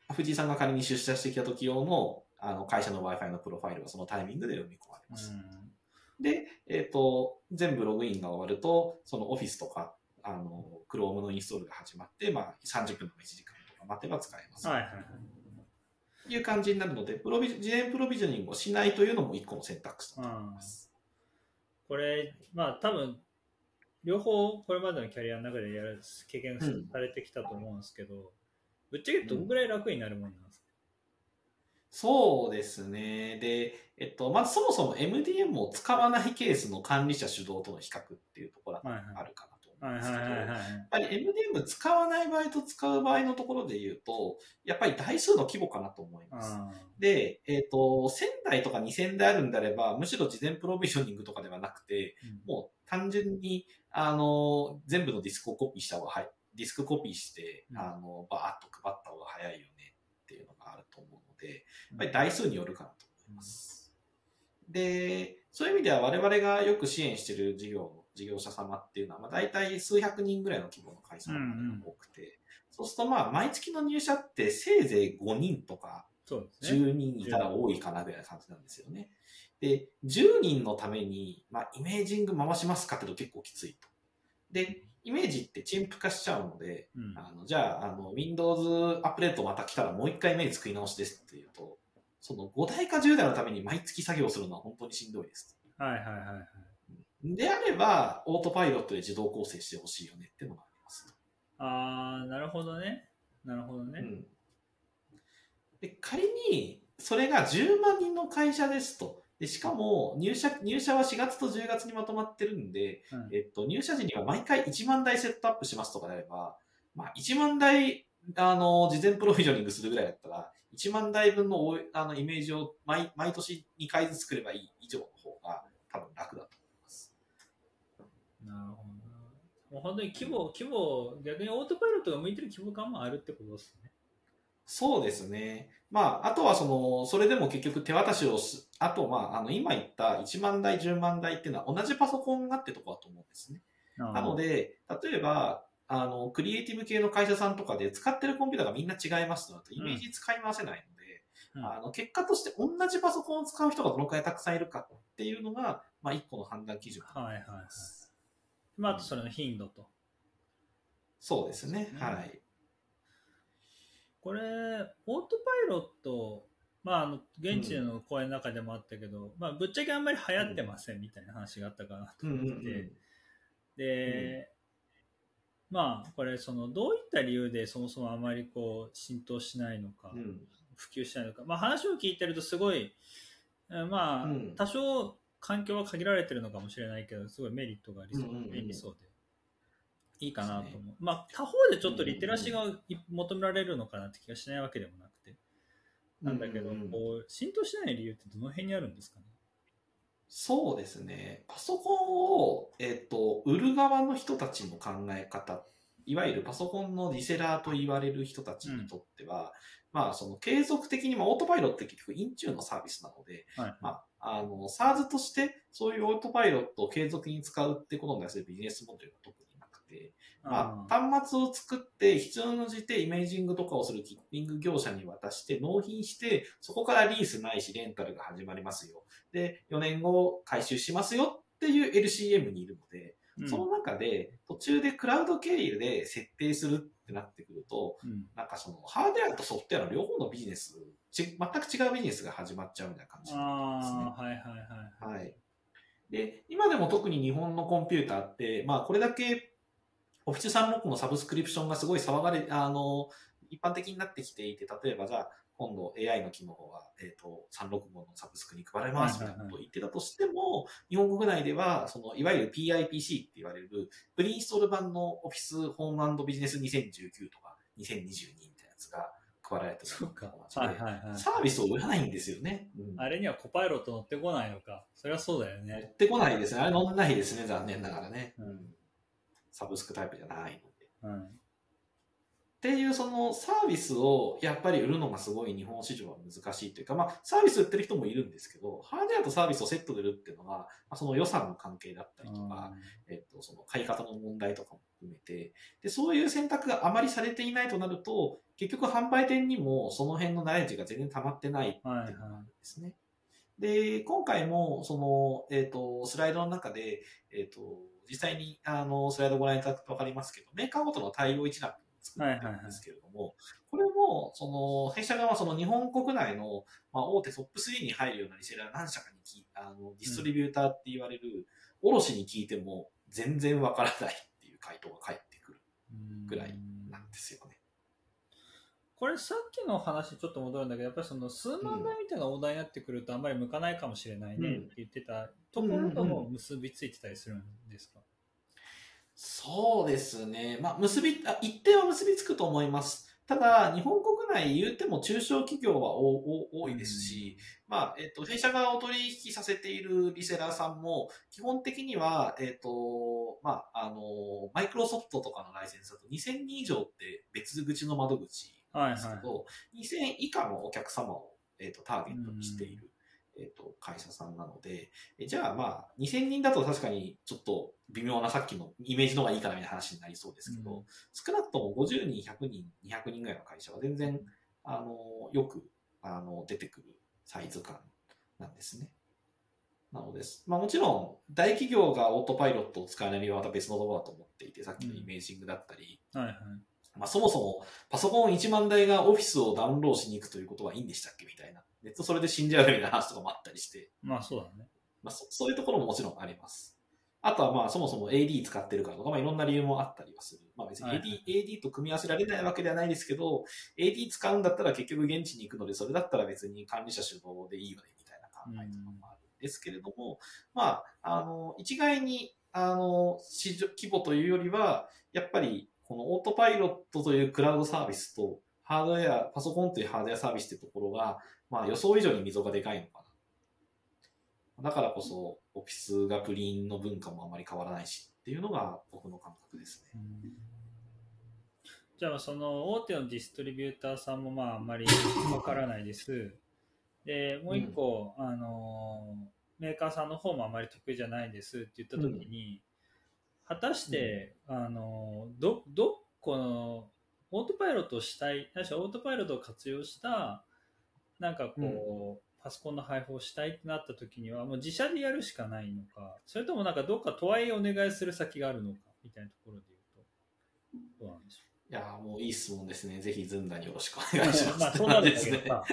藤井さんが仮に出社してきた時用の、会社の Wi-Fi のプロファイルがそのタイミングで読み込まれます。で、全部ログインが終わると、その Office とか、Chrome のインストールが始まって、まあ、30分とか1時間とか待てば使えます。 はいはいはい。 いう感じになるので、事前プロビジョニングをしないというのも一個の選択肢だと思います。 これ、まあ多分、両方これまでのキャリアの中で経験されてきたと思うんですけど、ぶっちゃけどのぐらい楽になるもんなんですか？ そうですね。で、まずそもそも MDM を使わないケースの管理者主導との比較っていうところがあるかなと思うんですけど、やっぱり MDM 使わない場合と使う場合のところで言うと、やっぱり台数の規模かなと思います。で、1000台とか2000台あるんであれば、むしろ事前プロビジョニングとかではなくて、もう単純に、全部のディスクをコピーした方がディスクコピーして、バーッと配った方が早いよねっていうのがあると思うので、やっぱり台数によるかなと思います。で、そういう意味では我々がよく支援している事業者様っていうのは、まあ、大体数百人ぐらいの規模の会社が多くて、そうするとまあ毎月の入社ってせいぜい5人とか10人いたら多いかなぐらいな感じなんですよね。で、10人のために、まあ、イメージング回しますかって言うと結構きついと。で、イメージって陳腐化しちゃうので、じゃあ、Windows アップデートまた来たらもう一回イメージ作り直しですっていうと、その5台か10台のために毎月作業するのは本当にしんどいです。 はいはいはいはい。 であれば、オートパイロットで自動構成してほしいよねっていうのがあります。 なるほどね。なるほどね。 で仮に、それが10万人の会社ですと。でしかも入社は4月と10月にまとまってるんで、入社時には毎回1万台セットアップしますとかであれば、まあ、1万台、事前プロビジョニングするぐらいだったら、1万台分のイメージを毎年2回ずつ作ればいい以上の方が多分楽だと思います。 なるほど。もう本当に規模、逆にオートパイロットが向いてる規模感もあるってことですね。 そうですね。まあ、あとはそれでも結局手渡しをあと、まあ、今言った1万台、10万台っていうのは同じパソコンがってとこだと思うんですね。なので、例えば、クリエイティブ系の会社さんとかで使ってるコンピューターがみんな違いますとなると、イメージ使い回せないので、結果として同じパソコンを使う人がどのくらいたくさんいるかっていうのが、まあ、一個の判断基準になります。 まあ、あとそれの頻度と。 そうですね。はい。 これ、オートパイロット、まあ、現地での講演の中でもあったけど、まあ、ぶっちゃけあんまり流行ってませんみたいな話があったかなと思ってて、で、まあ、これ、どういった理由でそもそもあまり浸透しないのか、普及しないのか、まあ、話を聞いてるとすごい、まあ、多少環境は限られてるのかもしれないけど、すごいメリットがありそう、便利そうで。いいかなと思う。まあ、他方でちょっとリテラシーが求められるのかなって気がしないわけでもなくて。なんだけど、浸透しない理由ってどの辺にあるんですかね？ そうですね。パソコンを、売る側の人たちの考え方、いわゆるパソコンのリセラーと言われる人たちにとっては、まあ、継続的に、オートパイロットって結局、インチューのサービスなので、まあ、SaaS として、そういうオートパイロットを継続に使うってことに対するビジネスモデルが特になくて、まあ、端末を作って必要に応じてイメージングとかをするキッピング業者に渡して納品して、そこからリースないしレンタルが始まりますよ。で、4年後回収しますよっていう LCM にいるので、その中で途中でクラウド経由で設定するってなってくると、なんかハードウェアとソフトウェアの両方のビジネス、全く違うビジネスが始まっちゃうみたいな感じになりますね。はい。で、今でも特に日本のコンピューターって、まあこれだけオフィス365のサブスクリプションがすごい騒がれ、一般的になってきていて、例えばじゃあ、今度 AI の機能は、365のサブスクに配られますみたいなことを言ってたとしても、日本国内では、いわゆる PIPC って言われる、プリインストール版のオフィスホーム&ビジネス2019とか2022みたいなやつが配られてるのか、サービスを売らないんですよね。 あれにはコパイロット乗ってこないのか。それはそうだよね。 乗ってこないですね。あれ乗んないですね、残念ながらね。サブスクタイプじゃないので。っっていうそのサービスをやっぱり売るのがすごい日本市場は難しいというか、まあサービス売ってる人もいるんですけど、ハードウェアとサービスをセットで売るっていうのが、まあ、その予算の関係だったりとか、その買い方の問題とかも含めて、で、そういう選択があまりされていないとなると、結局販売店にもその辺のナレッジが全然溜まってないっていうのがあるんですね。で、今回も、その、スライドの中で、実際に、スライドをご覧いただくとわかりますけど、メーカーごとの対応一覧を作ってるんですけれども、これも、その、弊社側はその日本国内の、まあ、大手トップ3に入るようなリセラー何社かにディストリビューターって言われる、卸に聞いても全然わからないっていう回答が返ってくるぐらいなんですよね。 これさっきの話ちょっと戻るんだけど、やっぱりその数万台みたいなオーダーになってくるとあんまり向かないかもしれないねって言ってたところとも結びついてたりするんですか？ そうですね。まあ、一定は結びつくと思います。ただ、日本国内言うても中小企業は多いですし、まあ、弊社がお取引させているリセラーさんも、基本的には、まあ、マイクロソフトとかのライセンスだと2000人以上って別口の窓口なんですけど、2000以下のお客様を、ターゲットにしている。会社さんなので、じゃあまあ、2000人だと確かにちょっと微妙なさっきのイメージの方がいいかなみたいな話になりそうですけど、少なくとも50人、100人、200人ぐらいの会社は全然、よく、出てくるサイズ感なんですね。なので、まあもちろん、大企業がオートパイロットを使わない理由はまた別のところだと思っていて、さっきのイメージングだったり、まあそもそもパソコン1万台がオフィスをダウンロードしに行くということはいいんでしたっけみたいな。ネットそれで死んじゃうみたいな話とかもあったりして。 まあそうだね。 まあそういうところももちろんあります。あとはまあそもそも AD 使ってるからとか、まあいろんな理由もあったりはする。まあ別に AD と組み合わせられないわけではないですけど、AD 使うんだったら結局現地に行くので、それだったら別に管理者主導でいいよねみたいな考えとかもあるんですけれども、まあ、一概に、市場規模というよりは、やっぱりこのオートパイロットというクラウドサービスと、ハードウェア、パソコンというハードウェアサービスというところが、まあ予想以上に溝がでかいのかな。だからこそ、オフィスがクリーンの文化もあまり変わらないしっていうのが僕の感覚ですね。 じゃあその大手のディストリビューターさんもまああんまりわからないです。で、もう一個、メーカーさんの方もあまり得意じゃないですって言ったときに、果たして、このオートパイロットをしたい、オートパイロットを活用した、なんかこう、パソコンの配布をしたいってなった時には、もう自社でやるしかないのか、それともなんかどっかとはいえお願いする先があるのか、みたいなところで言うと、どうなんでしょう。 いやもういい質問ですね。ぜひズンダによろしくお願いします。 まあそうなるんですね。はい。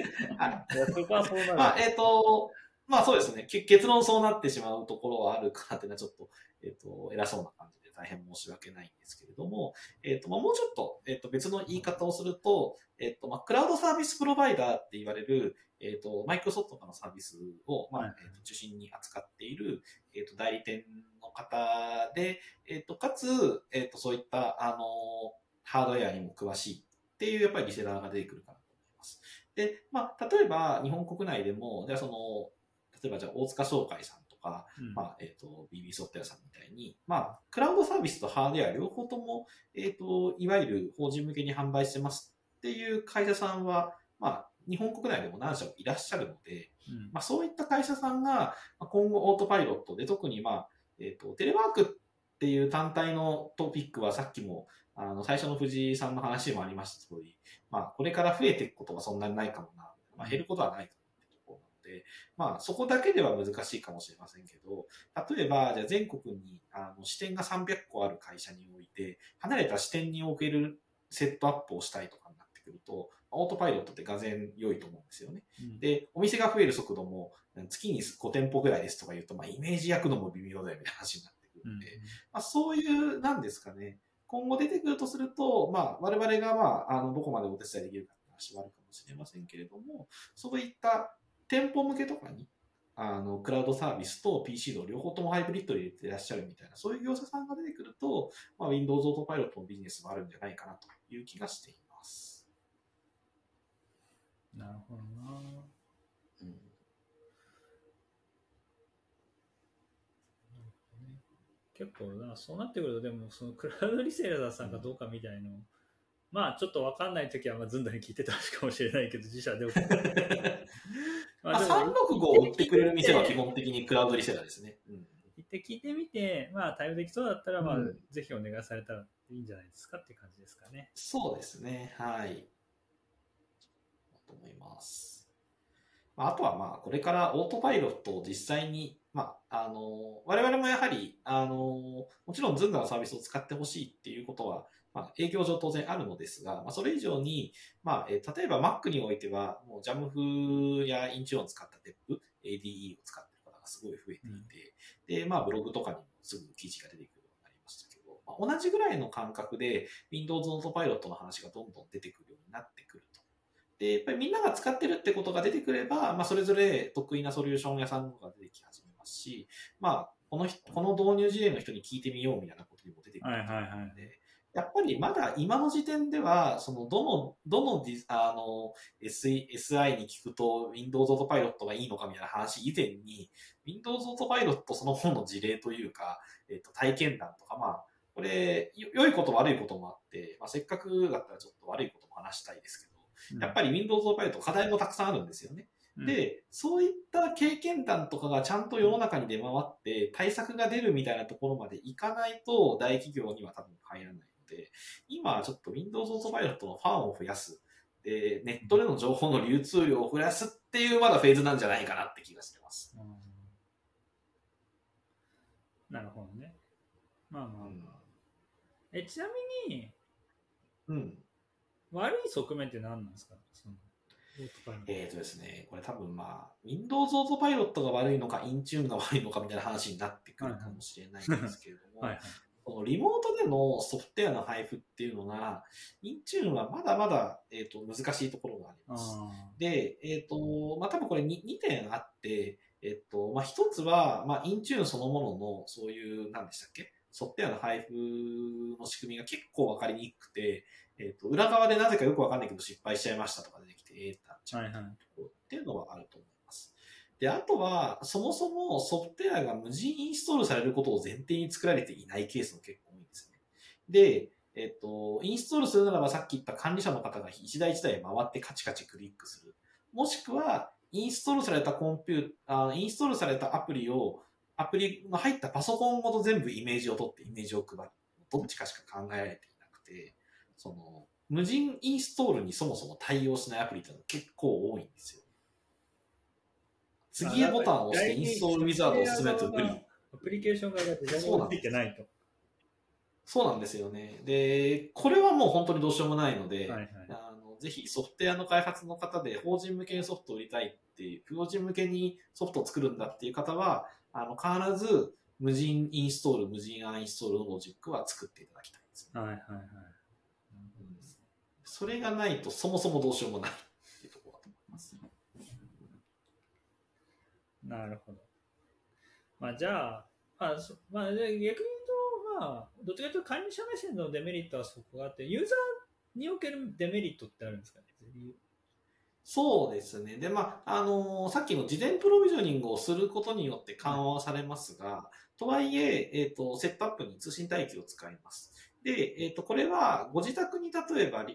そこはそうなる。 まあ、まあそうですね。結論そうなってしまうところはあるかなっていうのはちょっと、偉そうな感じで大変申し訳ないんですけれども、まあもうちょっと、別の言い方をすると、まあクラウドサービスプロバイダーって言われる、マイクロソフトとかのサービスを、まあ、中心に扱っている、代理店の方で、かつ、そういった、ハードウェアにも詳しいっていう、やっぱりリセラーが出てくるかなと思います。で、まあ、例えば、日本国内でも、じゃあ例えばじゃあ、大塚商会さんとか、まあ、BB ソフトウェアさんみたいに、まあ、クラウドサービスとハードウェア両方とも、いわゆる法人向けに販売してますっていう会社さんは、まあ、日本国内でも何社もいらっしゃるので、まあ、そういった会社さんが、今後オートパイロットで、特にまあ、テレワークっていう単体のトピックはさっきも、最初の藤井さんの話にもありました通り、まあ、これから増えていくことはそんなにないかもな、まあ、減ることはないかもってところなので、まあ、そこだけでは難しいかもしれませんけど、例えば、じゃあ全国に支店が300個ある会社において、離れた支店におけるセットアップをしたいとかになってくると、オートパイロットってがぜん良いと思うんですよね。で、お店が増える速度も月に5店舗ぐらいですとか言うと、まあ、イメージ焼くのも微妙だよみたいな話になってくるので、まあ、そういう、なんですかね、今後出てくるとすると、まあ、我々が、まあ、どこまでお手伝いできるかって話はあるかもしれませんけれども、そういった店舗向けとかに、クラウドサービスと PC の両方ともハイブリッドで入れていらっしゃるみたいな、そういう業者さんが出てくると、まあ、Windows オートパイロットのビジネスもあるんじゃないかなという気がしています。 なるほどな。結構な、そうなってくると、でも、そのクラウドリセーラーさんかどうかみたいの、 まあちょっと分かんないときはまあずんだに聞いてたかもしれないけど、自社で送っまあ、 でも 365を売ってくれる店は基本的にクラウドリセラーですね。 行って聞いてみて、まあ対応できそうだったら、まあうんぜひお願いされたらいいんじゃないですかっていう感じですかね。 そうですね。はい。だと思います。あとはまあ、これからオートパイロットを実際に、まあ、我々もやはり、もちろんズンダのサービスを使ってほしいっていうことは、まあ、営業上当然あるのですが、まあ、それ以上に、まあ、例えば Mac においては、もう JAMF やインチューンを使った DEP、ADE を使っている方がすごい増えていて、で、まあ、ブログとかにもすぐ記事が出てくるようになりましたけど、まあ、同じぐらいの感覚で Windows オートパイロットの話がどんどん出てくるようになってくると。で、やっぱりみんなが使ってるってことが出てくれば、まあ、それぞれ得意なソリューション屋さんが出てき始めますし、まあ、この導入事例の人に聞いてみようみたいなことにも出てくるので、やっぱりまだ今の時点では、そのどのSI に聞くと Windows オートパイロットがいいのかみたいな話以前に、Windows オートパイロットそのものの事例というか、体験談とか、まあ、これ、良いこと悪いこともあって、まあ、せっかくだったらちょっと悪いことも話したいですけど、やっぱり Windows オートパイロット課題もたくさんあるんですよね。で、そういった経験談とかがちゃんと世の中に出回って対策が出るみたいなところまでいかないと大企業には多分入らないので、今はちょっと Windows オートパイロットのファンを増やす。で、ネットでの情報の流通量を増やすっていうまだフェーズなんじゃないかなって気がしてます。 なるほどね。まあまあ。ちなみに、悪い側面って何なんですか？ ですね、これ多分まあ、Windows オートパイロットが悪いのか、インチューンが悪いのかみたいな話になってくるかもしれないんですけれども、このリモートでのソフトウェアの配布っていうのが、インチューンはまだまだ、難しいところがあります。で、まあ多分これ 2点あって、まあ一つは、まあインチューンそのものの、そういう、何でしたっけ？ソフトウェアの配布の仕組みが結構わかりにくくて、裏側でなぜかよくわかんないけど失敗しちゃいましたとか出てきて、ってなっちゃうっていうのはあると思います。で、あとは、そもそもソフトウェアが無人インストールされることを前提に作られていないケースも結構多いんですね。で、インストールするならばさっき言った管理者の方が一台一台回ってカチカチクリックする。もしくは、インストールされたインストールされたアプリの入ったパソコンごと全部イメージを取ってイメージを配る。どっちかしか考えられていなくて、無人インストールにそもそも対応しないアプリってのが結構多いんですよ。次へボタンを押してインストールウィザードを進めると無理。 アプリケーションがデザインがついてないと。 そうなんですよね。で、これはもう本当にどうしようもないので、ぜひソフトウェアの開発の方で法人向けにソフトを売りたいっていう、法人向けにソフトを作るんだっていう方は、必ず無人インストール、無人アンインストールのロジックは作っていただきたいですね。それがないとそもそもどうしようもないっていうところだと思います。 なるほど。まあじゃあ、逆に言うと、まあ、どっちかというと管理者目線のデメリットはそこがあって、ユーザーにおけるデメリットってあるんですかね？ そうですね。で、まあ、さっきの事前プロビジョニングをすることによって緩和されますが、とはいえ、セットアップに通信帯域を使います。で、これはご自宅に例えば、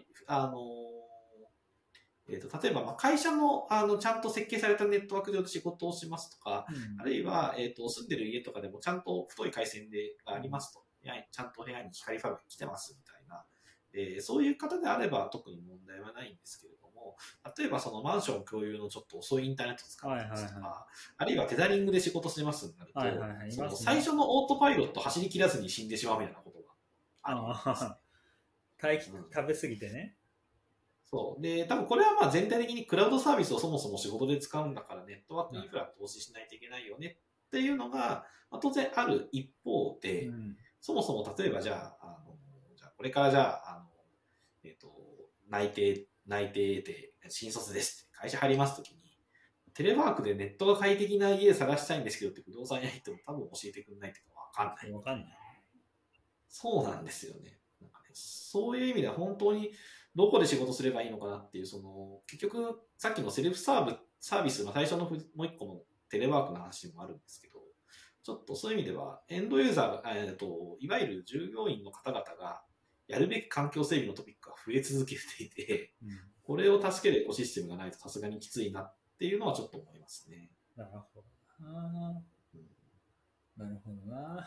例えば、会社の、ちゃんと設計されたネットワーク上で仕事をしますとか、あるいは、住んでる家とかでもちゃんと太い回線がありますと。ちゃんと部屋に光ファイバーが来てますみたいな。そういう方であれば特に問題はないんですけれども、例えばそのマンション共有のちょっと遅いインターネットを使ってますとか、あるいはテザリングで仕事してますになると、その最初のオートパイロット走り切らずに死んでしまうみたいなことがあります、ね。 待機食べ過ぎてね。 そう。で、多分これはまあ全体的にクラウドサービスをそもそも仕事で使うんだからネットワークインフラ投資しないといけないよねっていうのが、まあ、当然ある一方で、そもそも例えばじゃあ、これからじゃあ、内定で新卒ですって会社入りますときに、テレワークでネットが快適な家探したいんですけどって不動産屋に行っても多分教えてくれないっていうかわかんない。 わかんない。 そうなんですよね。なんかね、そういう意味では本当にどこで仕事すればいいのかなっていう、結局さっきのセルフサービスの最初のもう一個のテレワークの話もあるんですけど、ちょっとそういう意味ではエンドユーザーが、いわゆる従業員の方々がやるべき環境整備のトピックが増え続けていて、 うん、 これを助けるエコシステムがないとさすがにきついなっていうのはちょっと思いますね。 なるほどな。なるほどな。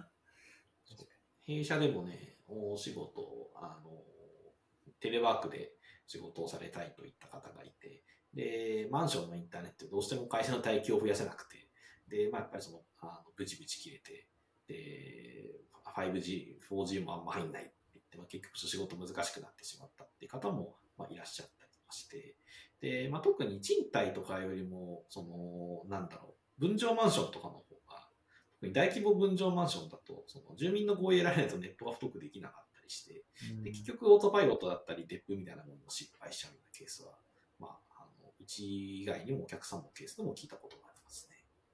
弊社でもね、お仕事、テレワークで仕事をされたいといった方がいて、で、マンションのインターネットでどうしても会社の帯域を増やせなくて、で、まあ、やっぱりブチブチ切れて、で、5G、4G もあんま入んないって言って、まあ、結局仕事難しくなってしまったっていう方も、まあ、いらっしゃったりとかして、で、まあ、特に賃貸とかよりも、分譲マンションとかの方が、特に大規模分譲マンションだと、住民の合意得られないとネットが太くできなかったりして、で結局オートパイロットだったり、デップみたいなものも失敗しちゃうようなケースは、まあ、うち以外にもお客さんのケースでも聞いたことがありますね。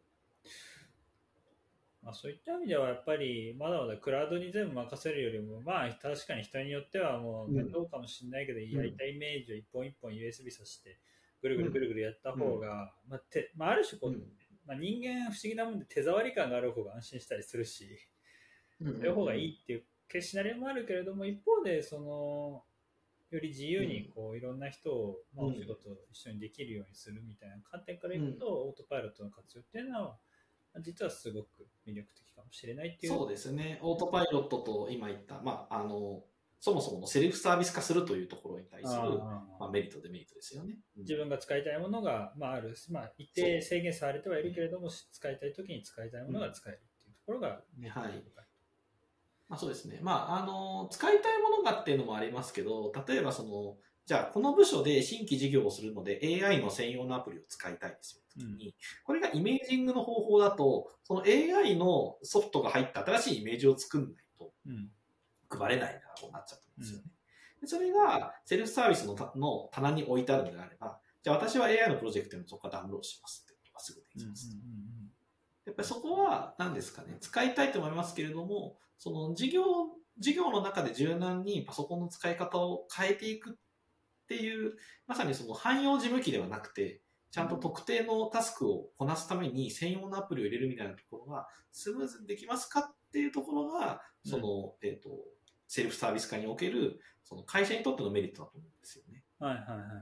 まあ、そういった意味ではやっぱりまだまだクラウドに全部任せるよりも、まあ確かに人によってはもう面倒かもしれないけど、やりたいイメージを一本一本 USB させてぐるぐるぐるぐるやった方が、まあ、ある種こう、まあ、人間不思議なもんで手触り感がある方が安心したりするし、そういう方がいいっていうシナリオもあるけれども、一方でより自由にこういろんな人を、まあ、お仕事を一緒にできるようにするみたいな観点からいくと、オートパイロットの活用っていうのは実はすごく魅力的かもしれないっていう。 そうですね。オートパイロットと今言った、まあ、そもそものセルフサービス化するというところに対するまあ、メリット、デメリットですよね。 自分が使いたいものが、まあ、ある、まあ、一定制限されてはいるけれども、使いたいときに使いたいものが使えるっていうところがメリットです。 まあ、そうですね。まあ、使いたいものがっていうのもありますけど、例えばじゃあこの部署で新規事業をするので AI の専用のアプリを使いたいですよ。これがイメージングの方法だと、その AI のソフトが入った新しいイメージを作んないと配れないなとなっちゃったんですよね。でそれがセルフサービスの棚に置いてあるのであれば、じゃあ私は AI のプロジェクトにそこからダウンロードしますっていうのがすぐできます。やっぱりそこは何ですかね、使いたいと思いますけれども、その事業の中で柔軟にパソコンの使い方を変えていくっていう、まさにその汎用事務機ではなくて、ちゃんと特定のタスクをこなすために専用のアプリを入れるみたいなところがスムーズにできますかっていうところが、セルフサービス化におけるその会社にとってのメリットだと思うんですよね。 はいはいはいはい。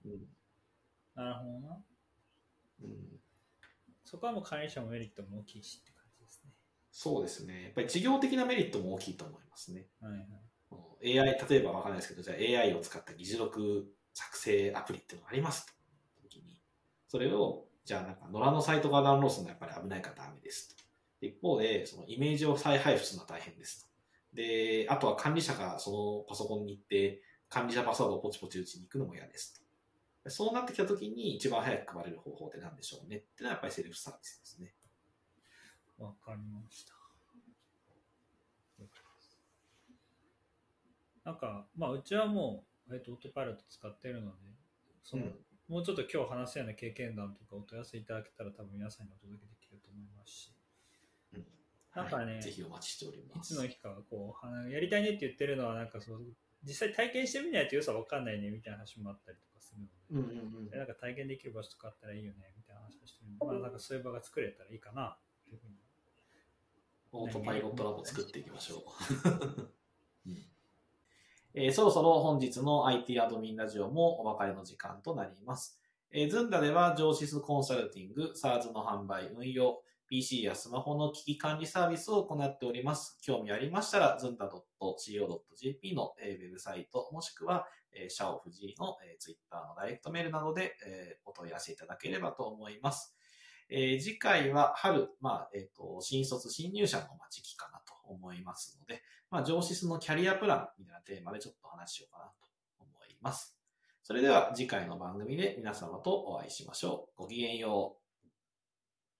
なるほどな。そこはもう管理者もメリットも大きいしって感じですね。 そうですね。やっぱり事業的なメリットも大きいと思いますね。 はいはい。 AI、例えばわからないですけど、じゃあ AI を使った議事録作成アプリっていうのがありますと。時にそれを、じゃあなんか野良のサイトがダウンロードするのはやっぱり危ないからダメですと。一方で、そのイメージを再配布するのは大変ですと。で、あとは管理者がそのパソコンに行って、管理者パスワードをポチポチ打ちに行くのも嫌ですと。そうなってきたときに一番早く配れる方法って何でしょうねっていうのはやっぱりセルフサービスですね。 わかりました。なんか、まあ、うちはもう、オートパイロット使っているので、もうちょっと今日話すような経験談とかお問い合わせいただけたら多分皆さんにお届けできると思いますし、なんかね、 はい、ぜひお待ちしております。 いつの日かこうやりたいねって言ってるのはなんか実際体験してみないと良さ分かんないねみたいな話もあったりとかするので、なんか体験できる場所とかあったらいいよねみたいな話をしてるので、まあなんかそういう場が作れたらいいかなというふうに。 オートパイロットラボ作っていきましょう。そろそろ本日の IT アドミンラジオもお別れの時間となります。ズンダでは上シスコンサルティング、SaaS の販売、運用、PC やスマホの機器管理サービスを行っております。興味ありましたら、zunda.co.jp のウェブサイト、もしくは、シャオフジの Twitter のダイレクトメールなどでお問い合わせいただければと思います。次回は春、新卒新入社の時期かなと思いますので、上シスのキャリアプランみたいなテーマでちょっと話しようかなと思います。それでは次回の番組で皆様とお会いしましょう。ごきげんよう。